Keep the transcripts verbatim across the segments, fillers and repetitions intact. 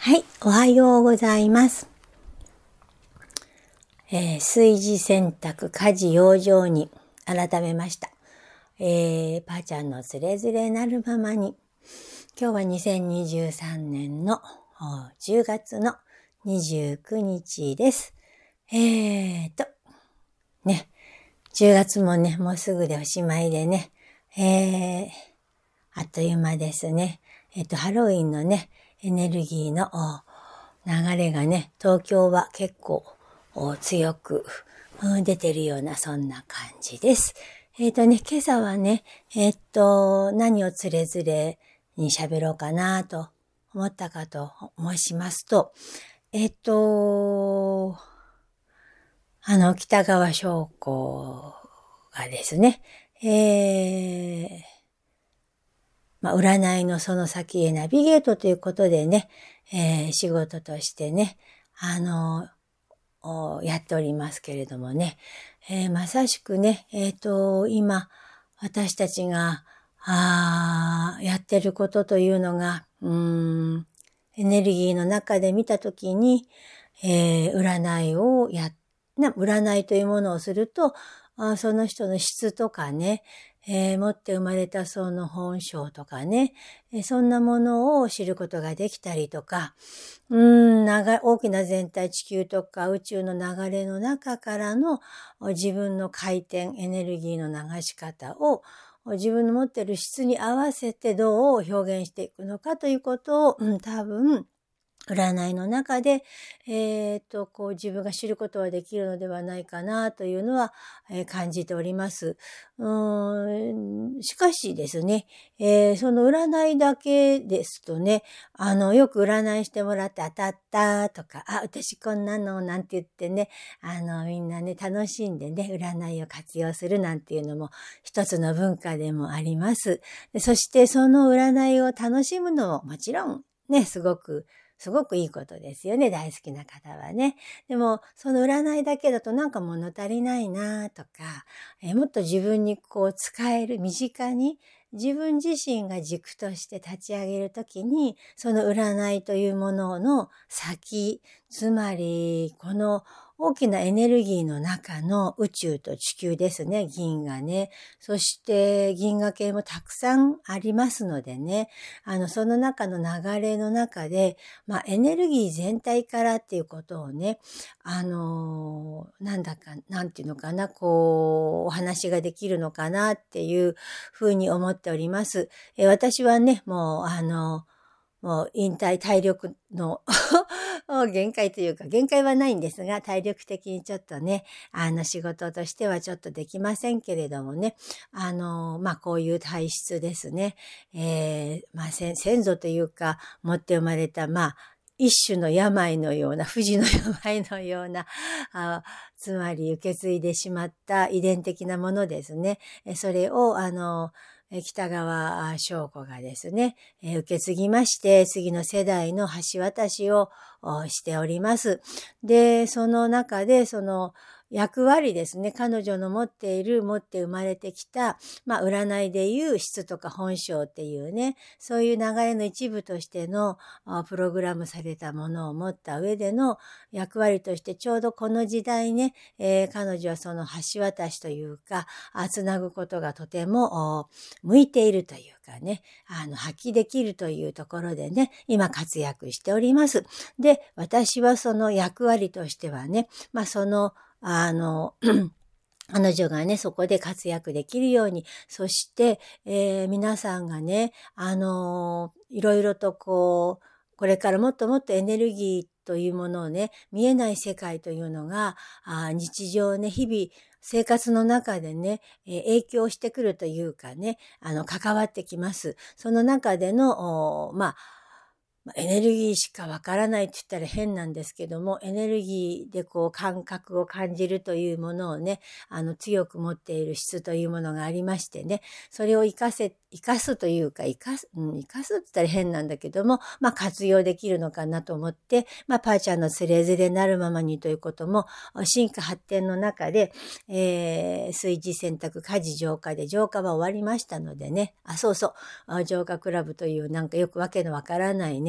はい、おはようございます。えー、炊事洗濯家事養生に改めました。えー、ぱーちゃんのつれづれなるままに。今日はにせんにじゅうさんねんのじゅうがつのにじゅうくにちです。えーと、ね、じゅうがつもね、もうすぐでおしまいでね、えー、あっという間ですね。えっと、ハロウィンのね、エネルギーの流れがね、東京は結構強く出てるような、そんな感じです。えっとね、今朝はね、えっと、何をつれづれに喋ろうかなと思ったかと申しますと、えっと、あの、北川翔子がですね、えー、まあ、占いのその先へナビゲートということでね、えー、仕事としてね、あの、やっておりますけれどもね、えー、まさしくね、えっと、今、私たちが、あやってることというのが、うーん、エネルギーの中で見たときに、えー、占いをや、占いというものをすると、あその人の質とかね、えー、持って生まれたその本性とかね、えー、そんなものを知ることができたりとか、うーん、長大きな全体、地球とか宇宙の流れの中からの自分の回転、エネルギーの流し方を自分の持っている質に合わせてどう表現していくのかということを、うん、多分、占いの中で、えっと、こう自分が知ることはできるのではないかなというのは、えー、感じております。うーんしかしですね、えー、その占いだけですとね、あの、よく占いしてもらって当たったとか、あ、私こんなのなんて言ってね、あの、みんなね、楽しんでね、占いを活用するなんていうのも一つの文化でもあります。でそしてその占いを楽しむのももちろんね、すごくすごくいいことですよね。大好きな方はね。でも、その占いだけだとなんか物足りないなとか、えもっと自分にこう使える、身近に自分自身が軸として立ち上げるときに、その占いというものの先、つまり、この大きなエネルギーの中の宇宙と地球ですね、銀河ね。そして銀河系もたくさんありますのでね、あの、その中の流れの中で、まあ、エネルギー全体からっていうことをね、あの、なんだか、なんていうのかな、こう、お話ができるのかなっていうふうに思っております。え私はね、もう、あの、もう引退、体力の限界というか、限界はないんですが、体力的にちょっとね、あの仕事としてはちょっとできませんけれどもね、あの、まあ、こういう体質ですね。えー、まあ、先祖というか、持って生まれた、まあ、一種の病のような、不治の病のような、あつまり受け継いでしまった遺伝的なものですね。それを、あの、北川翔子がですね、受け継ぎまして、次の世代の橋渡しをしております。で、その中で、その役割ですね、彼女の持っている、持って生まれてきた、まあ、占いでいう質とか本性っていうね、そういう流れの一部としてのプログラムされたものを持った上での役割として、ちょうどこの時代ね、えー、彼女はその橋渡しというか、つなぐことがとても向いているというかね、あの、発揮できるというところでね、今活躍しております。で、私はその役割としてはね、まあ、その、あの、彼女がね、そこで活躍できるように、そして、えー、皆さんがね、あのー、いろいろとこう、これからもっともっとエネルギーというものをね、見えない世界というのが、あ日常ね、日々、生活の中でね、えー、影響してくるというかね、あの、関わってきます。その中での、まあ、エネルギーしかわからないって言ったら変なんですけども、エネルギーでこう感覚を感じるというものをね、あの強く持っている質というものがありましてね、それを活かせ、活かすというか、活かす、うん、活かすって言ったら変なんだけども、まあ活用できるのかなと思って、まあパーちゃんのつれづれなるままにということも、進化発展の中で、えー、炊事洗濯家事浄化で浄化は終わりましたのでね、あ、そうそう、浄化クラブというなんかよくわけのわからないね、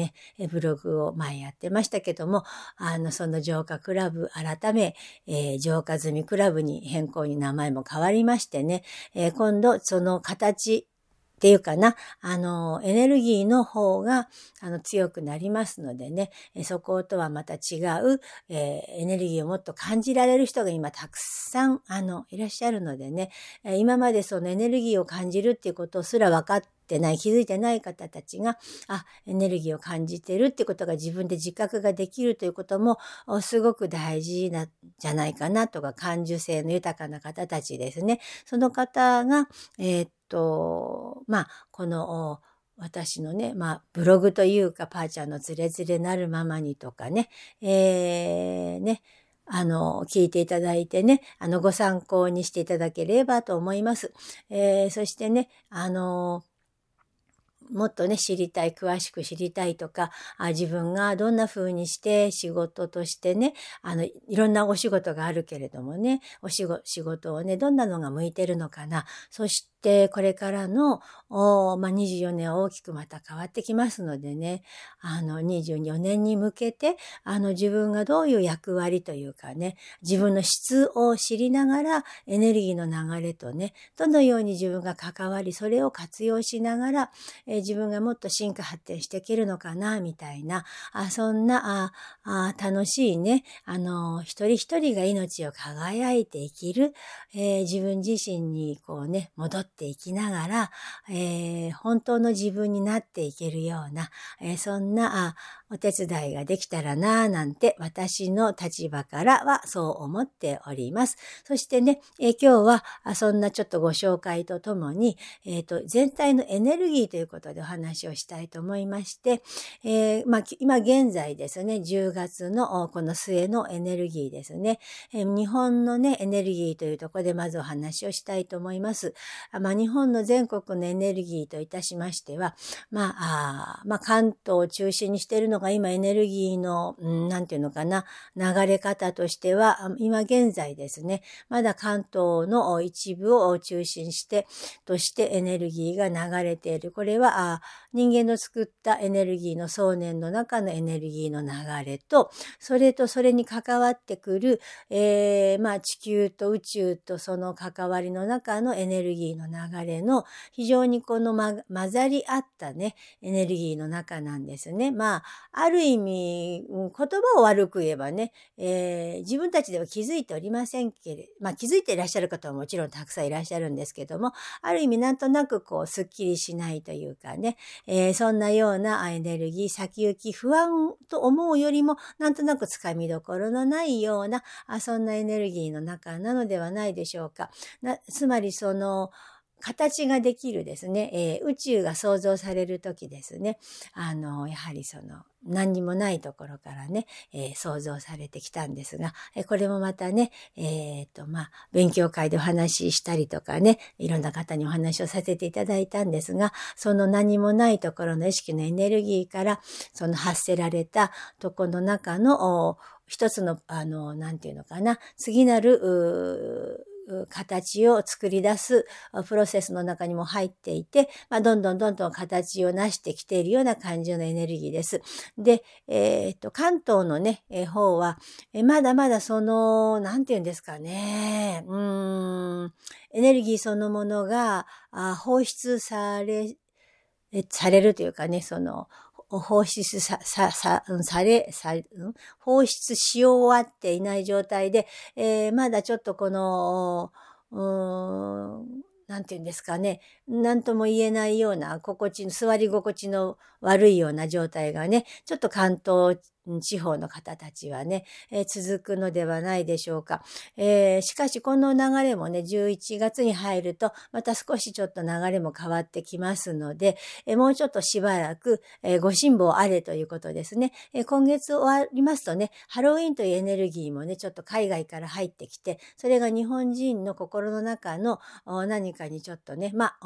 ね、ブログを前やってましたけども、あの、その浄化クラブ改め、えー、浄化済みクラブに変更に名前も変わりましてね、えー、今度その形っていうかな、あの、エネルギーの方が、あの、強くなりますのでね、そことはまた違う、えー、エネルギーをもっと感じられる人が今たくさん、あの、いらっしゃるのでね、今までそのエネルギーを感じるっていうことすら分かってない、気づいてない方たちが、あ、エネルギーを感じてるってことが自分で自覚ができるということも、すごく大事なんじゃないかなとか、感受性の豊かな方たちですね。その方が、えー、っと、まあ、この、私のね、まあ、ブログというか、パーちゃんのつれづれなるままにとかね、えー、ね、あの、聞いていただいてね、あの、ご参考にしていただければと思います。えー、そしてね、あの、もっとね、知りたい、詳しく知りたいとか、あ自分がどんな風にして仕事としてね、あの、いろんなお仕事があるけれどもね、お仕事、仕事をね、どんなのが向いてるのかな。そして、これからの、おまあ、にじゅうよねんは大きくまた変わってきますのでね、あの、にじゅうよねんに向けて、あの、自分がどういう役割というかね、自分の質を知りながら、エネルギーの流れとね、どのように自分が関わり、それを活用しながら、えー、自分がもっと進化発展していけるのかな、みたいな、あそんなああ楽しいね、あの、一人一人が命を輝いて生きる、えー、自分自身にこうね、戻っていきながら、えー、本当の自分になっていけるような、えー、そんなあお手伝いができたらなぁなんて私の立場からはそう思っております。そしてね、えー、今日はそんなちょっとご紹介とともに、えーと、全体のエネルギーということでお話をしたいと思いまして、えーまあ、今現在ですね、じゅうがつのこの末のエネルギーですね、えー、日本のね、エネルギーというところでまずお話をしたいと思います。あまあ、日本の全国のエネルギーといたしましては、まあ、あまあ、関東を中心にしているのが今エネルギーの、うん、なんていうのかな、流れ方としては、今現在ですね、まだ関東の一部を中心して、としてエネルギーが流れている。これは、あ人間の作ったエネルギーの想念の中のエネルギーの流れと、それとそれに関わってくる、えー、まあ地球と宇宙とその関わりの中のエネルギーの流れの非常にこの、ま、混ざり合ったね、エネルギーの中なんですね。まあ、ある意味、言葉を悪く言えばね、えー、自分たちでは気づいておりませんけれど、まあ気づいていらっしゃる方はもちろんたくさんいらっしゃるんですけども、ある意味なんとなくこう、すっきりしないというかね、えー、そんなようなエネルギー、先行き不安と思うよりも、なんとなくつかみどころのないような、あそんなエネルギーの中なのではないでしょうか。なつまりその、形ができるですね、えー、宇宙が創造されるときですね、あの、やはりその、何にもないところからね、えー、創造されてきたんですが、えー、これもまたね、えっと、まあ、勉強会でお話ししたりとかね、いろんな方にお話をさせていただいたんですが、その何もないところの意識のエネルギーから、その発せられたところの中の、一つの、あの、なんていうのかな、次なる、形を作り出すプロセスの中にも入っていて、まあ、どんどんどんどん形を成してきているような感じのエネルギーです。で、えっと、関東のね、え方は、えまだまだその、なんていうんですかね、うーん、エネルギーそのものがあ放出され、されるというかね、その、放出さ、さ、さ、され、さ、放出し終わっていない状態で、えー、まだちょっとこの、うーん、なんていうんですかね、なんとも言えないような心地、座り心地の悪いような状態がね、ちょっと関東地方の方たちはね、えー、続くのではないでしょうか。えー、しかしこの流れもね、じゅういちがつに入ると、また少しちょっと流れも変わってきますので、えー、もうちょっとしばらく、えー、ご辛抱あれということですね。えー、今月終わりますとね、ハロウィンというエネルギーもね、ちょっと海外から入ってきて、それが日本人の心の中の何かにちょっとね、まあ、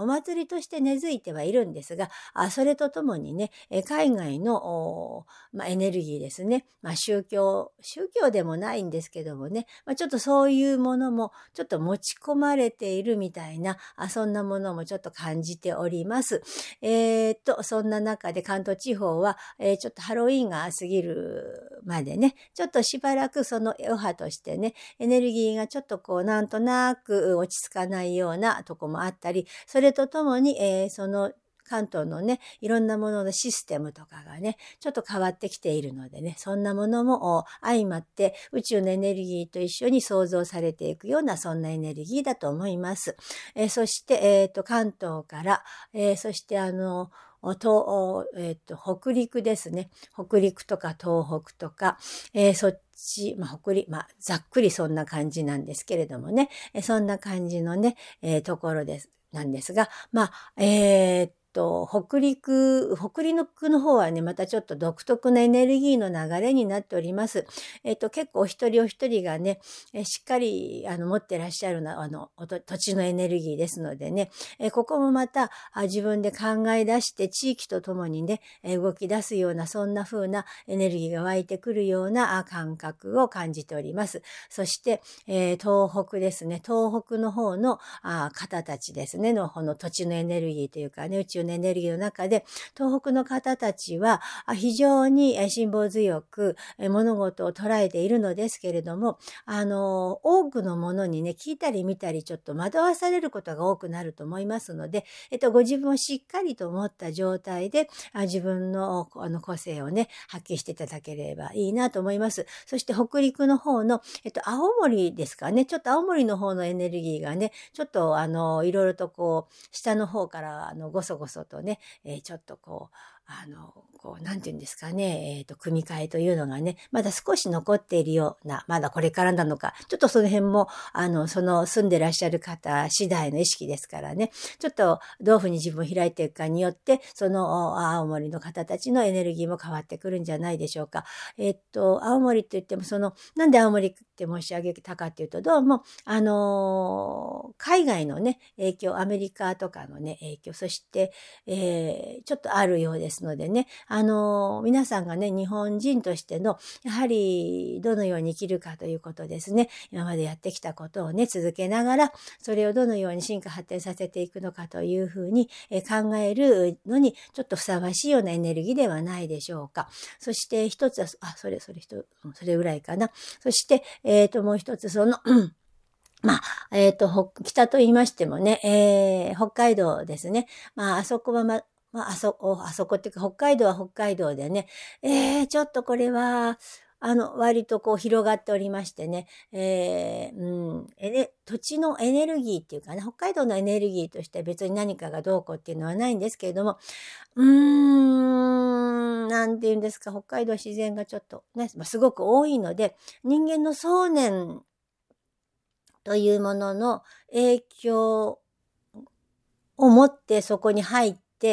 祭りとして根付いてはいるんですが、あそれとともにね、海外の、まあ、エネルギーですね。まあ、宗教、宗教でもないんですけどもね、まあ、ちょっとそういうものもちょっと持ち込まれているみたいな、あそんなものもちょっと感じております。えー、っと、そんな中で関東地方は、えー、ちょっとハロウィーンが過ぎるまでね、ちょっとしばらくその余波としてね、エネルギーがちょっとこうなんとなく落ち着かないようなとこもあったり、それとともに、えー、その関東のね、いろんなもののシステムとかがね、ちょっと変わってきているのでね、そんなものも相まって宇宙のエネルギーと一緒に創造されていくようなそんなエネルギーだと思います。えー、そして、えっと、関東から、えー、そしてあの、東、えっと、北陸ですね。北陸とか東北とか、えー、そっち、まあ、北陸、まあ、ざっくりそんな感じなんですけれどもね、えー、そんな感じのね、えー、ところです。なんですが、まあ、えー、っと、北陸、北陸の方はね、またちょっと独特なエネルギーの流れになっております。えっと、結構お一人お一人がね、えしっかり、あの、持ってらっしゃるの、あの、土地のエネルギーですのでね、えここもまたあ自分で考え出して地域とともにね、動き出すような、そんな風なエネルギーが湧いてくるような感覚を感じております。そして、えー、東北ですね、東北の方のあ方たちですね、のこの土地のエネルギーというかね、宇宙のエネルギーの中で、東北の方たちは非常に辛抱強く物事を捉えているのですけれども、あの、多くのものにね、聞いたり見たりちょっと惑わされることが多くなると思いますので、えっと、ご自分をしっかりと持った状態で、あ自分のあの個性をね、発揮していただければいいなと思います。そして北陸の方の、えっと、青森ですかね、ちょっと青森の方のエネルギーがね、ちょっとあの、いろいろとこう、下の方からあの、ごそごそとね、えー、ちょっとこう、あの、こう、なんて言うんですかね、えっと、組み替えというのがね、まだ少し残っているような、まだこれからなのか、ちょっとその辺も、あの、その住んでらっしゃる方次第の意識ですからね、ちょっとどういうふうに自分を開いていくかによって、その青森の方たちのエネルギーも変わってくるんじゃないでしょうか。えっと、青森って言っても、その、なんで青森って申し上げたかっていうと、どうも、あの、海外のね、影響、アメリカとかのね、影響、そして、えー、ちょっとあるようですのでね、あの、皆さんがね、日本人としての、やはり、どのように生きるかということですね。今までやってきたことをね、続けながら、それをどのように進化発展させていくのかというふうに考えるのに、ちょっとふさわしいようなエネルギーではないでしょうか。そして一つは、あ、それ、それ、それぐらいかな。そして、えっと、もう一つ、その、まあ、えっと、北と言いましてもね、えー、北海道ですね。まあ、あそこはま、まあ、あそこ、あそこっていうか、北海道は北海道でね、えー、ちょっとこれは、あの、割とこう広がっておりましてね、えー、うん、えね、土地のエネルギーっていうかね、北海道のエネルギーとして別に何かがどうこうっていうのはないんですけれども、うーん、なんて言うんですか、北海道自然がちょっとね、まあ、すごく多いので、人間の想念というものの影響を持ってそこに入って、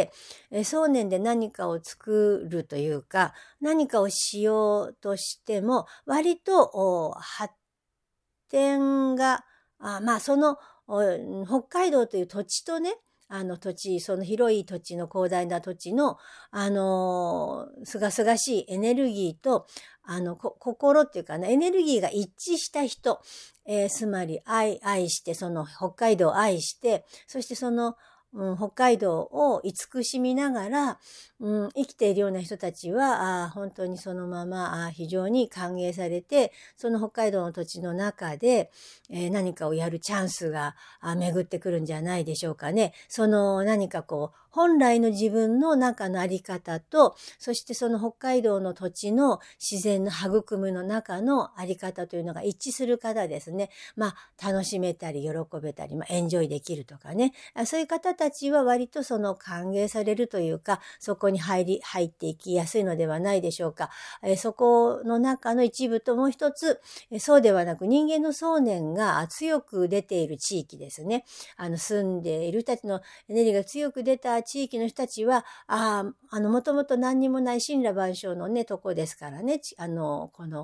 想念で何かを作るというか、何かをしようとしても、割と発展が、あまあその北海道という土地とね、あの土地、その広い土地の広大な土地の、あのー、すがすがしいエネルギーと、あの、心っていうかね、エネルギーが一致した人、えー、つまり愛、愛して、その北海道を愛して、そしてその、うん、北海道を慈しみながら、うん、生きているような人たちは、あ本当にそのままあ非常に歓迎されて、その北海道の土地の中で、えー、何かをやるチャンスがあ巡ってくるんじゃないでしょうかね。その何かこう、本来の自分の中のあり方と、そしてその北海道の土地の自然の育むの中のあり方というのが一致する方ですね。まあ、楽しめたり、喜べたり、まあ、エンジョイできるとかね。そういう方たちは割とその歓迎されるというか、そこに入り、入っていきやすいのではないでしょうか。えそこの中の一部ともう一つ、そうではなく人間の想念が強く出ている地域ですね。あの、住んでいる人たちのエネルギーが強く出た地域の人たちは、ああ、あの、もともと何にもない神羅万象のね、とこですからね、あの、この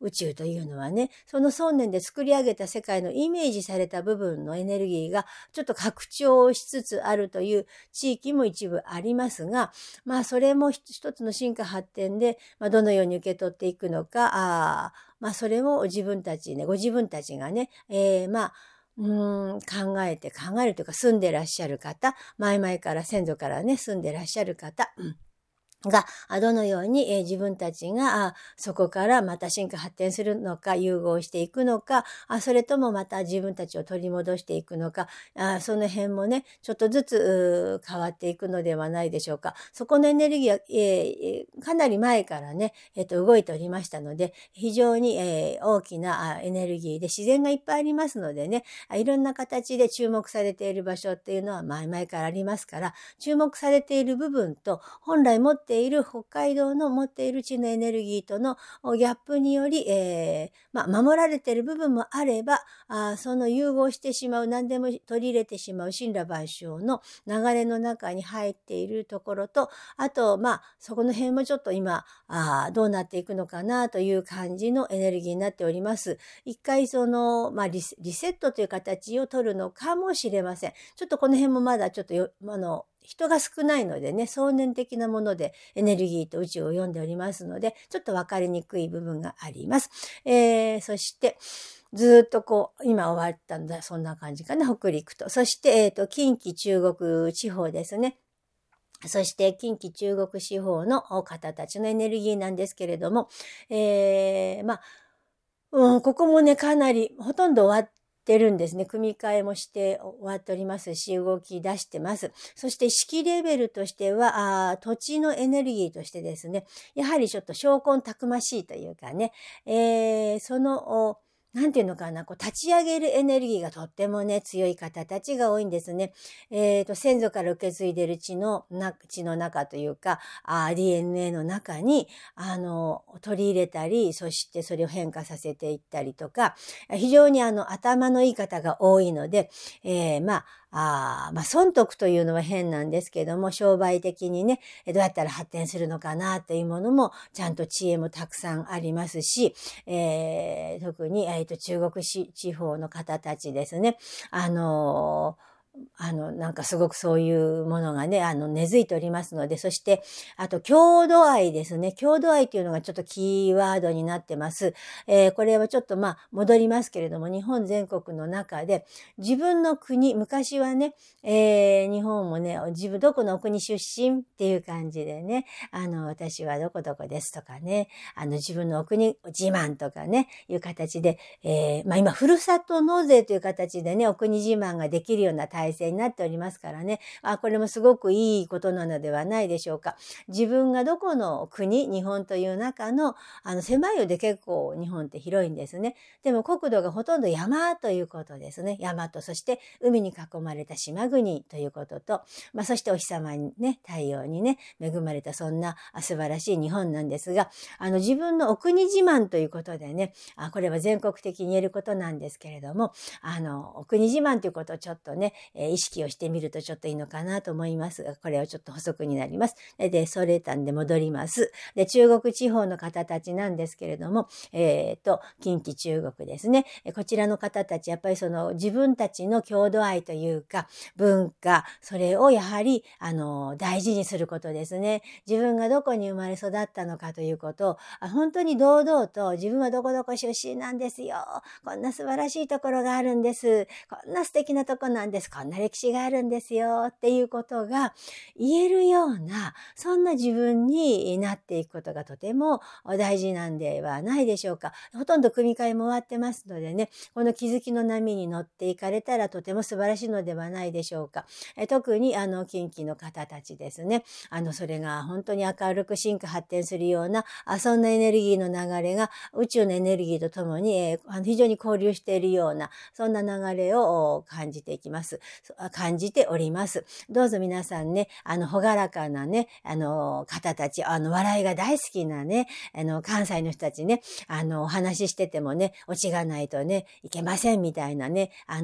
宇宙というのはね、その想念で作り上げた世界のイメージされた部分のエネルギーがちょっと拡張しつつあるという地域も一部ありますが、まあそれも一つの進化発展で、まあ、どのように受け取っていくのか、あまあそれを自分たちね、ご自分たちがね、えー、まあうーん考えて考えるというか住んでらっしゃる方、前々から先祖からね住んでらっしゃる方、うんが、どのように、えー、自分たちが、あそこからまた進化発展するのか、融合していくのか、あそれともまた自分たちを取り戻していくのか、あその辺もね、ちょっとずつ変わっていくのではないでしょうか。そこのエネルギーは、えー、かなり前からね、えーと、動いておりましたので、非常に、えー、大きなエネルギーで自然がいっぱいありますのでね、いろんな形で注目されている場所っていうのは前々からありますから、注目されている部分と本来持っている北海道の持っている地のエネルギーとのギャップにより、えーまあ、守られている部分もあれば、あその融合してしまう、何でも取り入れてしまう神羅万象の流れの中に入っているところと、あと、まあ、そこの辺もちょっと今、あどうなっていくのかなという感じのエネルギーになっております。一回その、まあリセ、リセットという形を取るのかもしれません。ちょっとこの辺もまだちょっとよ、あの、人が少ないのでね、想念的なものでエネルギーと宇宙を読んでおりますので、ちょっと分かりにくい部分があります。えー、そして、ずっとこう、今終わったんだ、そんな感じかな、北陸と。そして、えっと、近畿中国地方ですね。そして近畿中国地方の方たちのエネルギーなんですけれども、えー、まあ、うん、ここもね、かなり、ほとんど終わってるんですね。組み替えもして終わっておりますし、動き出してます。そして、式レベルとしては、あ土地のエネルギーとしてですね、やはりちょっと証拠たくましいというかね、えー、その、なんていうのかな、こう、立ち上げるエネルギーがとってもね、強い方たちが多いんですね。えっと、先祖から受け継いでいる血の、な、血の中というか、あ ディーエヌエー の中に、あの、取り入れたり、そしてそれを変化させていったりとか、非常にあの、頭のいい方が多いので、えー、まあ、あまあ、損得というのは変なんですけども、商売的にね、どうやったら発展するのかなというものも、ちゃんと知恵もたくさんありますし、えー、特に、えーと、中国地方の方たちですね。あのーあの、なんかすごくそういうものがね、あの、根付いておりますので、そして、あと、郷土愛ですね。郷土愛というのがちょっとキーワードになってます。えー、これはちょっとまあ、戻りますけれども、日本全国の中で、自分の国、昔はね、えー、日本もね、自分どこの国出身っていう感じでね、あの、私はどこどこですとかね、あの、自分のお国自慢とかね、いう形で、えー、まあ今、ふるさと納税という形でね、お国自慢ができるような体制になっておりますからね、あ、これもすごくいいことなのではないでしょうか。自分がどこの国、日本という中の、あの、狭いようで結構日本って広いんですね。でも国土がほとんど山ということですね。山と、そして海に囲まれた島国ということと、まあそしてお日様にね、太陽にね、恵まれたそんな素晴らしい日本なんですが、あの、自分のお国自慢ということでね、あ、これは全国的に言えることなんですけれども、あの、お国自慢ということをちょっとね、えー、意識をしてみるとちょっといいのかなと思いますが、これはちょっと補足になります。で、それたんで戻ります。で、中国地方の方たちなんですけれども、えっと、近畿中国ですね。こちらの方たち、やっぱりその自分たちの郷土愛というか、文化、それをやはり、あの、大事にすることですね。自分がどこに生まれ育ったのかということを、本当に堂々と自分はどこどこ出身なんですよ。こんな素晴らしいところがあるんです。こんな素敵なとこなんです。こんな歴史があるんですよ。っていうことが言えるような、そんな自分になっていくことがとても大事なんではないでしょうか。ほとんど組み替えも終わってますのでね、この気づきの波に乗っていかれたらとても素晴らしいのではないでしょうか。え特にあの近畿の方たちですね。あのそれが本当に明るく進化発展するような、あそんなエネルギーの流れが宇宙のエネルギーとともに、えー、非常に交流しているような、そんな流れを感じていきます。感じております。どうぞ皆さんね、あの、ほがらかなね、あの、方たち、あの、笑いが大好きなね、あの、関西の人たちね、あの、お話ししててもね、オチがないとね、いけませんみたいなね、あの、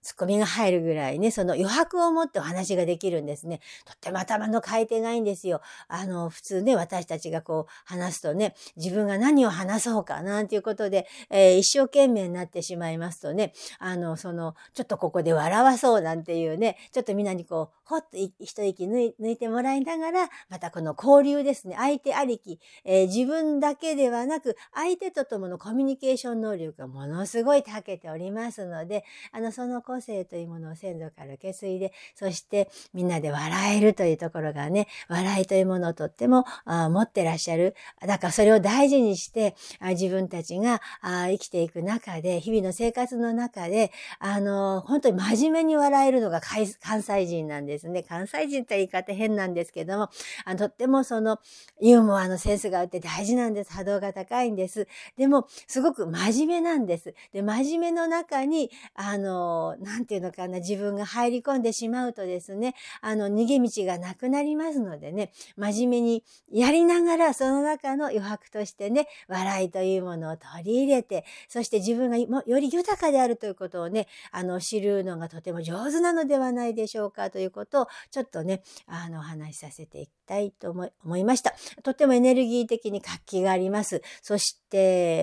ツッコミが入るぐらいね、その余白を持ってお話ができるんですね。とっても頭の回転がいいんですよ。あの、普通ね、私たちがこう話すとね、自分が何を話そうかなんていうことで、えー、一生懸命になってしまいますとね、あの、その、ちょっとここで笑わそうなんていうね、ちょっとみんなにこう、ほっと一息抜い抜いてもらいながら、またこの交流ですね、相手ありき、えー、自分だけではなく、相手ととものコミュニケーション能力がものすごい長けておりますので、あの、その個性というものを先祖から受け継いで、そしてみんなで笑えるというところがね、笑いというものをとってもあ持ってらっしゃる。だからそれを大事にして、あ自分たちがあ生きていく中で、日々の生活の中で、あの、本当に真面目に笑えるのが関西人なんですね。関西人って言い方変なんですけども、あのとってもそのユーモアのセンスがあって大事なんです。波動が高いんです。でも、すごく真面目なんです。で、真面目の中に、あの、なんていうのかな、自分が入り込んでしまうとですね、あの、逃げ道がなくなりますのでね、真面目にやりながら、その中の余白としてね、笑いというものを取り入れて、そして自分がより豊かであるということをね、あの、知るのがとても上手なのではないでしょうかということを、ちょっとね、あの、お話しさせていきたいと思い、思いました。とてもエネルギー的に活気があります。そして、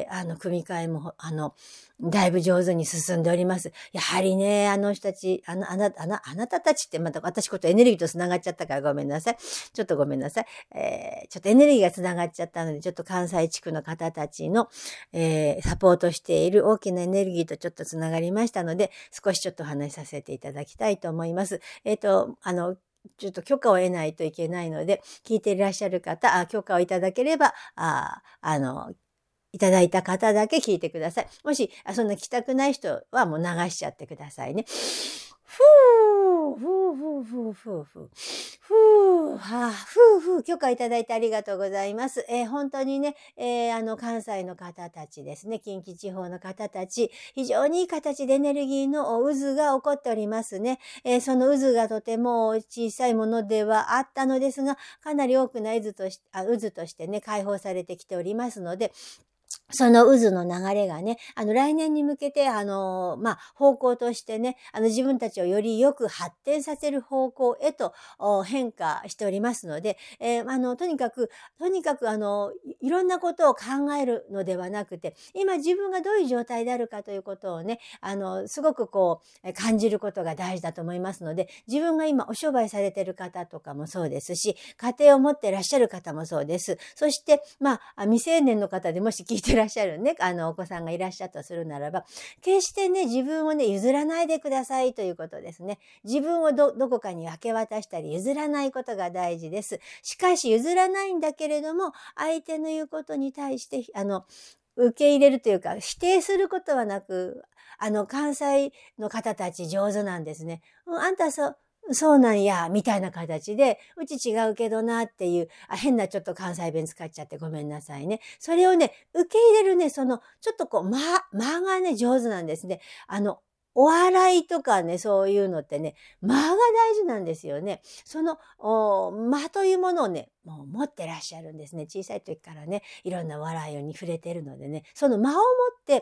あの、組み替えも、あの、だいぶ上手に進んでおります。やはりね、あの人たち、あの、あな、あな、あなたたちってまた私ことエネルギーと繋がっちゃったからごめんなさい。ちょっとごめんなさい。えー、ちょっとエネルギーが繋がっちゃったので、ちょっと関西地区の方たちの、えー、サポートしている大きなエネルギーとちょっと繋がりましたので、少しちょっとお話しさせていただきたいと思います。えっと、あの、ちょっと許可を得ないといけないので、聞いていらっしゃる方、あ許可をいただければ、ああの、いただいた方だけ聞いてください。もし、あそんな聞きたくない人はもう流しちゃってくださいね。ふー、ふーふーふーふーふー。ふー、はあ、ふーふー、許可いただいてありがとうございます。えー、本当にね、えー、あの、関西の方たちですね、近畿地方の方たち、非常にいい形でエネルギーの渦が起こっておりますね。えー、その渦がとても小さいものではあったのですが、かなり多くの渦とし、あ渦としてね、解放されてきておりますので、その渦の流れがね、あの、来年に向けて、あの、まあ、方向としてね、あの、自分たちをよりよく発展させる方向へと変化しておりますので、えー、あの、とにかく、とにかく、あの、いろんなことを考えるのではなくて、今自分がどういう状態であるかということをね、あの、すごくこう、感じることが大事だと思いますので、自分が今お商売されている方とかもそうですし、家庭を持っていらっしゃる方もそうです。そして、まあ、未成年の方でもし聞いてらっしゃるね、あの、お子さんがいらっしゃったとするならば、決してね、自分をね、譲らないでくださいということですね。自分をど、どこかに明け渡したり譲らないことが大事です。しかし譲らないんだけれども、相手の言うことに対して、あの、受け入れるというか、否定することはなく、あの、関西の方たち上手なんですね。うん、あんたそう、そうなんや、みたいな形で、うち違うけどなっていう、あ変なちょっと関西弁使っちゃってごめんなさいね。それをね、受け入れるね、その、ちょっとこう、間、間がね、上手なんですね。あの、お笑いとかね、そういうのってね、間が大事なんですよね。その、間というものをね、もう持ってらっしゃるんですね。小さい時からね、いろんな笑いに触れてるのでね、その間を持って、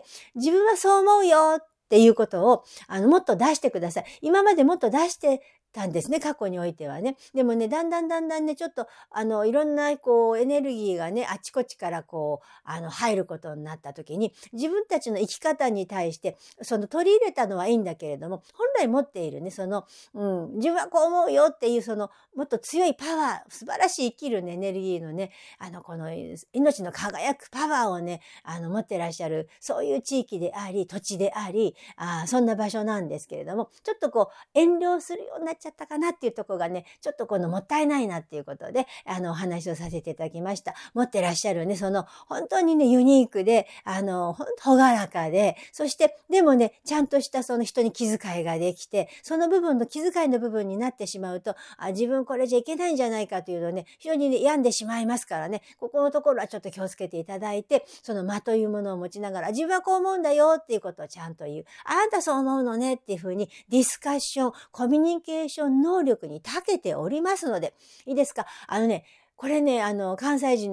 自分はそう思うよっていうことを、あの、もっと出してください。今までもっと出してたんですね、過去においてはね。でもね、だんだんだんだんね、ちょっと、あの、いろんな、こう、エネルギーがね、あちこちからこう、あの、入ることになった時に、自分たちの生き方に対して、その取り入れたのはいいんだけれども、本来持っているね、その、うん、自分はこう思うよっていう、その、もっと強いパワー、素晴らしい生きるね、エネルギーのね、あの、この、命の輝くパワーをね、あの、持ってらっしゃる、そういう地域であり、土地であり、あそんな場所なんですけれども、ちょっとこう、遠慮するようになっちゃったかなっていうところがね、ちょっとこのもったいないなっていうことで、あの、お話をさせていただきました。持ってらっしゃるね、その、本当にね、ユニークで、あの、ほんとほがらかで、そして、でもね、ちゃんとしたその人に気遣いができて、その部分の気遣いの部分になってしまうと、あ、自分これじゃいけないんじゃないかというのをね、非常にね、病んでしまいますからね、ここのところはちょっと気をつけていただいて、その間というものを持ちながら、自分はこう思うんだよっていうことをちゃんと言う。あんたそう思うのねっていうふうにディスカッション、コミュニケーション能力に長けておりますので、いいですか？あのね、これね、あの、関西人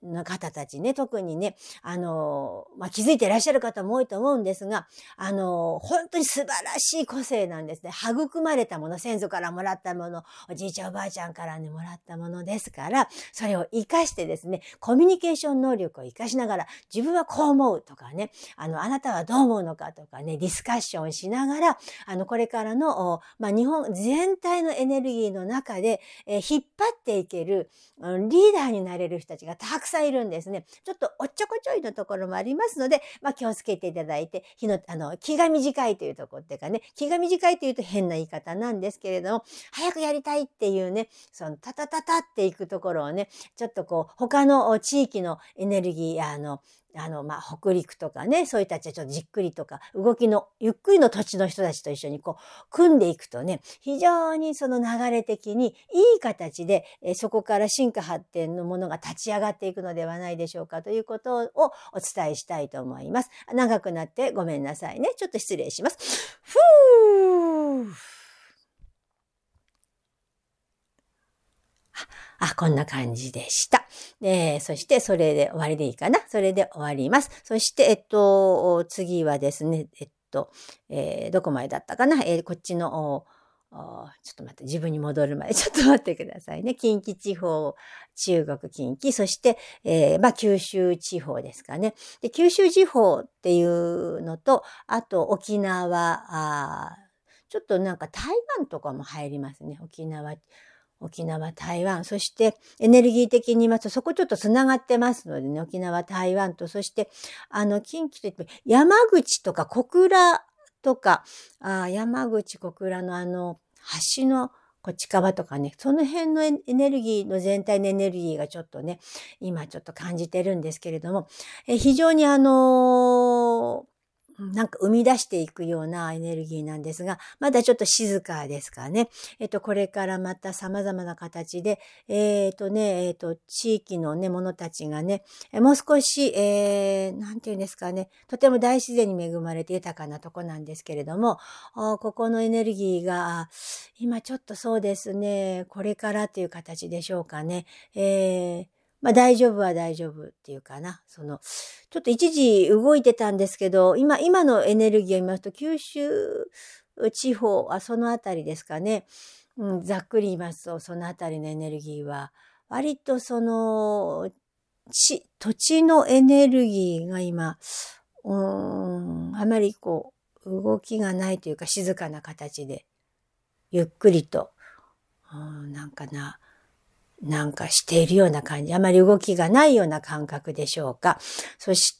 の方たちね、特にね、あの、まあ、気づいていらっしゃる方も多いと思うんですが、あの、本当に素晴らしい個性なんですね。育まれたもの、先祖からもらったもの、おじいちゃんおばあちゃんからね、もらったものですから、それを活かしてですね、コミュニケーション能力を活かしながら、自分はこう思うとかね、あの、あなたはどう思うのかとかね、ディスカッションしながら、あの、これからの、まあ、日本全体のエネルギーの中で、えー、引っ張っていける、うん、リーダーになれる人たちがたくさんいるんですね。ちょっとおっちょこちょいのところもありますので、まあ、気をつけていただいて、日の、あの、気が短いというところっていうかね、気が短いというと変な言い方なんですけれども、早くやりたいっていうね、その、タタタタっていくところをね、ちょっとこう、他の地域のエネルギー、あの、あの、まあ、北陸とかね、そういったちょっとじっくりとか、動きの、ゆっくりの土地の人たちと一緒にこう、組んでいくとね、非常にその流れ的にいい形で、えそこから進化発展のものが立ち上がっていくのではないでしょうかということをお伝えしたいと思います。長くなってごめんなさいね。ちょっと失礼します。ふーあ、こんな感じでした。えー、そして、それで終わりでいいかな。それで終わります。そして、えっと、次はですね、えっと、えー、どこまでだったかな。えー、こっちの、ちょっと待って、自分に戻るまで、ちょっと待ってくださいね。近畿地方、中国近畿、そして、えー、まあ、九州地方ですかね。で、九州地方っていうのと、あと沖縄、あちょっとなんか台湾とかも入りますね。沖縄、沖縄、台湾、そしてエネルギー的に言いますと、そこちょっとつながってますのでね、沖縄、台湾と、そして、あの、近畿といって山口とか小倉とか、あ山口、小倉のあの、橋のこっち側とかね、その辺のエネルギーの全体のエネルギーがちょっとね、今ちょっと感じてるんですけれども、え非常にあのーなんか生み出していくようなエネルギーなんですが、まだちょっと静かですかね。えっと、これからまた様々な形で、えっとね、えっと、地域のね、者たちがね、もう少し、えー、なんていうんですかね、とても大自然に恵まれて豊かなとこなんですけれども、ここのエネルギーが、今ちょっとそうですね、これからという形でしょうかね。えーまあ大丈夫は大丈夫っていうかな。その、ちょっと一時動いてたんですけど、今、今のエネルギーを見ますと、九州地方はそのあたりですかね。うん、ざっくり言いますと、そのあたりのエネルギーは、割とその、地、土地のエネルギーが今、うーん、あまりこう、動きがないというか静かな形で、ゆっくりと、うん、なんかな、なんかしているような感じ。あまり動きがないような感覚でしょうか。そして、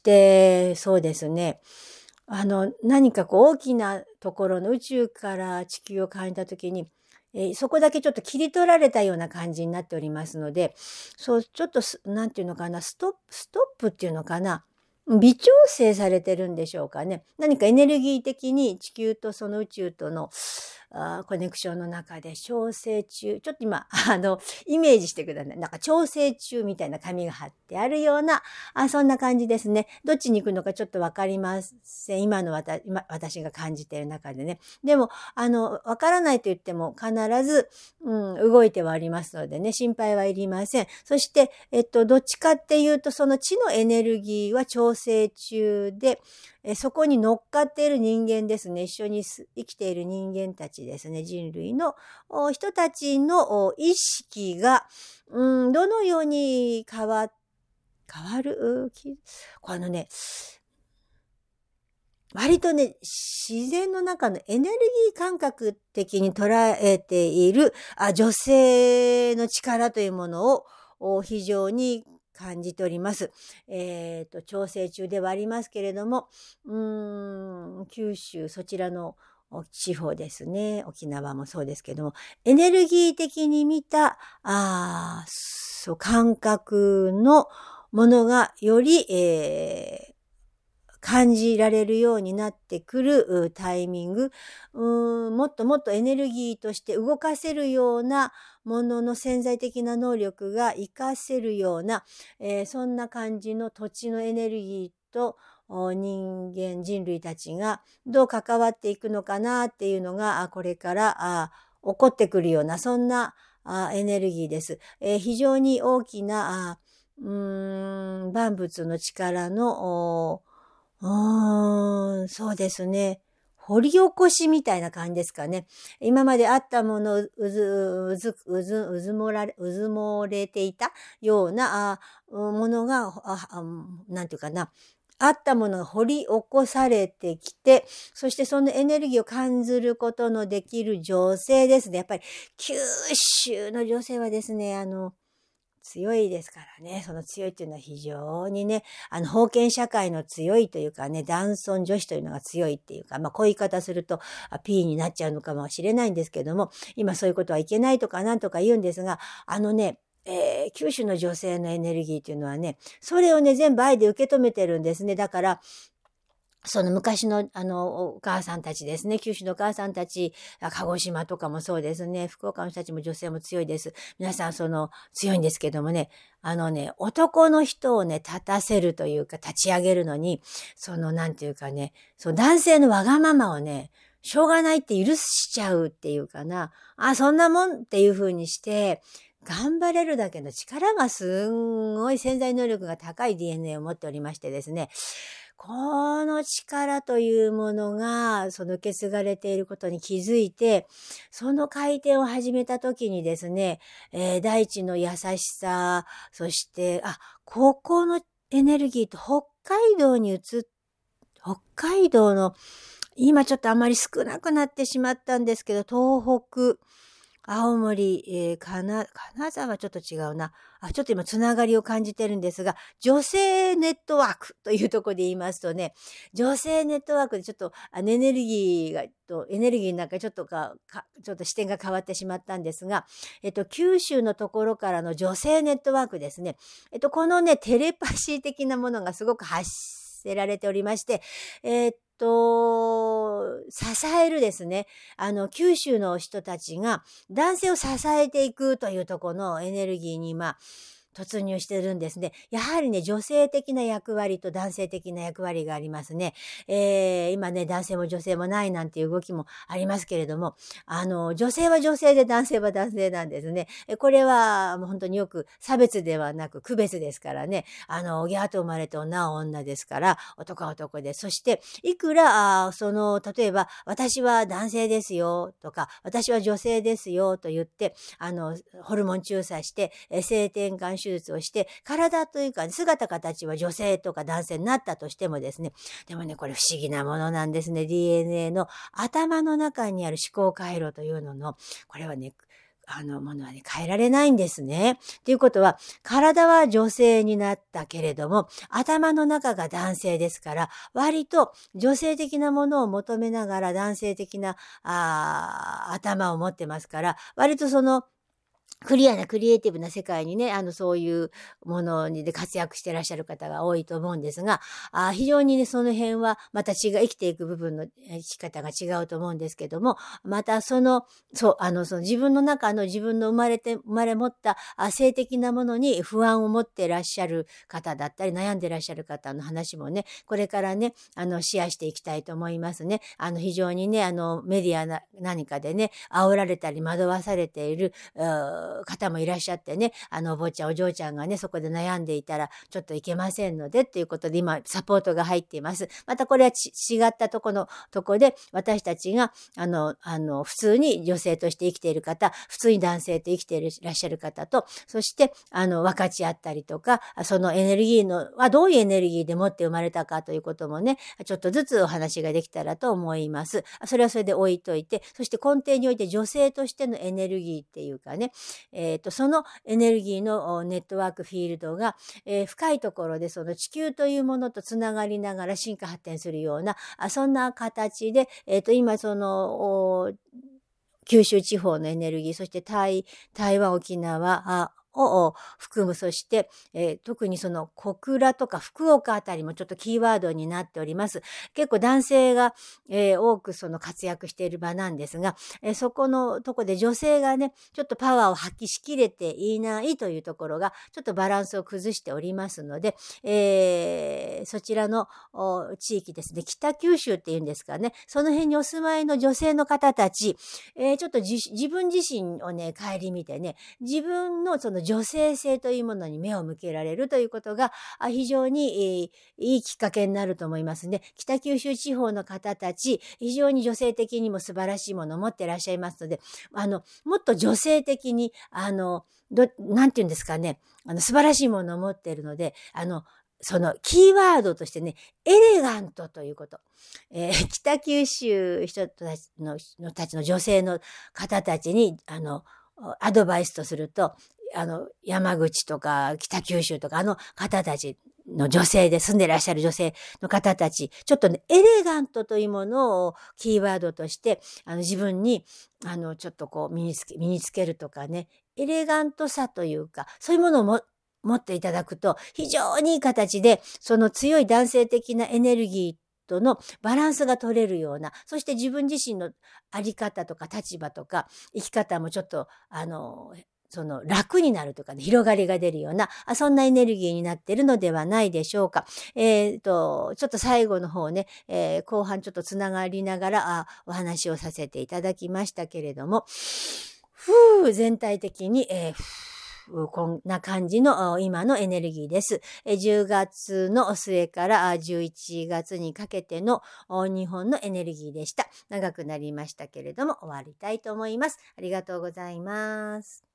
そうですね。あの、何かこう大きなところの宇宙から地球を感じたときに、えー、そこだけちょっと切り取られたような感じになっておりますので、そう、ちょっと、なんていうのかな、ストップ、ストップっていうのかな。微調整されてるんでしょうかね。何かエネルギー的に地球とその宇宙とのあコネクションの中で調整中、ちょっと今、あの、イメージしてください。なんか調整中みたいな紙が貼ってあるような、あそんな感じですね。どっちに行くのかちょっとわかりません。今の私今私が感じている中でね。でも、あの、わからないと言っても必ず、うん、動いてはありますのでね、心配はいりません。そして、えっと、どっちかっていうと、その地のエネルギーは調整中で、えそこに乗っかっている人間ですね。一緒に生きている人間たちですね。人類の人たちの意識が、うん、どのように変わ、変わるこのね、割とね、自然の中のエネルギー感覚的に捉えているあ女性の力というものを非常に感じております。えっと、調整中ではありますけれども、うーん、九州、そちらの地方ですね。沖縄もそうですけども、エネルギー的に見た、あそう、感覚のものがより、えー感じられるようになってくるタイミング、うーん、もっともっとエネルギーとして動かせるようなものの潜在的な能力が活かせるような、えー、そんな感じの土地のエネルギーと人間、人類たちがどう関わっていくのかなっていうのが、これから起こってくるような、そんなエネルギーです。えー、非常に大きな、うー万物の力の、うーん、そうですね。掘り起こしみたいな感じですかね。今まであったもの、うず、うず、うず、うずもられ、うずもれていたような、あものが、あ、あなんていうかな。あったものが掘り起こされてきて、そしてそのエネルギーを感じることのできる女性ですね。やっぱり九州の女性はですね、あの、強いですからね。その強いっていうのは非常にね、あの、封建社会の強いというかね、男尊女卑というのが強いっていうか、まあ、こういう言い方すると、P になっちゃうのかもしれないんですけども、今そういうことはいけないとかなんとか言うんですが、あのね、えー、九州の女性のエネルギーっていうのはね、それをね、全部愛で受け止めてるんですね。だから、その昔の、あの、お母さんたちですね。九州のお母さんたち、鹿児島とかもそうですね。福岡の人たちも女性も強いです。皆さん、その、強いんですけどもね。あのね、男の人をね、立たせるというか、立ち上げるのに、その、なんていうかね、その男性のわがままをね、しょうがないって許しちゃうっていうかな。あ、そんなもんっていう風にして、頑張れるだけの力がすんごい潜在能力が高い ディーエヌエー を持っておりましてですね。この力というものが、その受け継がれていることに気づいて、その回転を始めた時にですね、えー、大地の優しさ、そして、あ、ここのエネルギーと北海道に移っ、北海道の、今ちょっとあまり少なくなってしまったんですけど、東北、青森、えー、金、金沢はちょっと違うな。あ、ちょっと今つながりを感じてるんですが、女性ネットワークというところで言いますとね、女性ネットワークでちょっとあのエネルギーが、とエネルギーの中ちょっとか、か、ちょっと視点が変わってしまったんですが、えっと、九州のところからの女性ネットワークですね。えっと、このね、テレパシー的なものがすごく発せられておりまして、えーっと、支えるですね、あの、九州の人たちが男性を支えていくというところのエネルギーに、まあ、突入してるんですね。やはりね、女性的な役割と男性的な役割がありますね。えー、今ね、男性も女性もないなんていう動きもありますけれども、あの、女性は女性で男性は男性なんですね。これはもう本当によく差別ではなく区別ですからね。あの、おぎゃーと生まれて女は女ですから、男は男で。そして、いくら、あその、例えば、私は男性ですよとか、私は女性ですよと言って、あの、ホルモン注射して、性転換手術をして、体というか、姿形は女性とか男性になったとしてもですね、でもね、これ不思議なものなんですね。ディーエヌエー の頭の中にある思考回路というのの、これはね、あのものはね、変えられないんですね。ということは、体は女性になったけれども、頭の中が男性ですから、割と女性的なものを求めながら男性的なあ頭を持ってますから、割とその、クリアなクリエイティブな世界にね、あの、そういうものにで活躍してらっしゃる方が多いと思うんですが、あ非常にね、その辺はまた違う、生きていく部分の生き方が違うと思うんですけども、またその、そう、あの、その自分の中の自分の生まれて、生まれ持ったあ性的なものに不安を持ってらっしゃる方だったり、悩んでらっしゃる方の話もね、これからね、あの、シェアしていきたいと思いますね。あの、非常にね、あの、メディアな何かでね、煽られたり惑わされている、方もいらっしゃってね、あのお坊ちゃんお嬢ちゃんがね、そこで悩んでいたらちょっといけませんのでっていうことで今サポートが入っています。またこれは違ったとこのとこで私たちがあのあの普通に女性として生きている方、普通に男性と生きていらっしゃる方と、そしてあの分かち合ったりとか、そのエネルギーのはどういうエネルギーでもって生まれたかということもね、ちょっとずつお話ができたらと思います。それはそれで置いといて、そして根底において女性としてのエネルギーっていうかね、えー、とそのエネルギーのネットワークフィールドが、えー、深いところでその地球というものとつながりながら進化発展するような、あそんな形で、えー、と今その九州地方のエネルギー、そして台台湾沖縄を含む、そして、えー、特にその小倉とか福岡あたりもちょっとキーワードになっております。結構男性が、えー、多くその活躍している場なんですが、えー、そこのとこで女性がね、ちょっとパワーを発揮しきれていないというところが、ちょっとバランスを崩しておりますので、えー、そちらの地域ですね、北九州っていうんですかね、その辺にお住まいの女性の方たち、えー、ちょっと自分自身をね、顧みてね、自分のその女性性というものに目を向けられるということが非常に、えー、いいきっかけになると思いますね。北九州地方の方たち、非常に女性的にも素晴らしいものを持っていらっしゃいますので、あの、もっと女性的に、あの、ど、なんて言うんですかね、あの、素晴らしいものを持っているので、あの、そのキーワードとしてね、エレガントということ。えー、北九州人たちの、のたちの女性の方たちに、あの、アドバイスとすると、あの、山口とか北九州とか、あの方たちの女性で住んでいらっしゃる女性の方たち、ちょっとね、エレガントというものをキーワードとして、あの、自分に、あの、ちょっとこう、身につけ、身につけるとかね、エレガントさというか、そういうものをも、持っていただくと、非常にいい形で、その強い男性的なエネルギーとのバランスが取れるような、そして自分自身のあり方とか立場とか生き方もちょっと、あの、その楽になるとかね、広がりが出るような、そんなエネルギーになっているのではないでしょうか。えっと、ちょっと最後の方ね、えー、後半ちょっとつながりながらあお話をさせていただきましたけれども、ふう全体的に、えーこんな感じの今のエネルギーです。じゅうがつの末からじゅういちがつにかけての日本のエネルギーでした。長くなりましたけれども終わりたいと思います。ありがとうございます。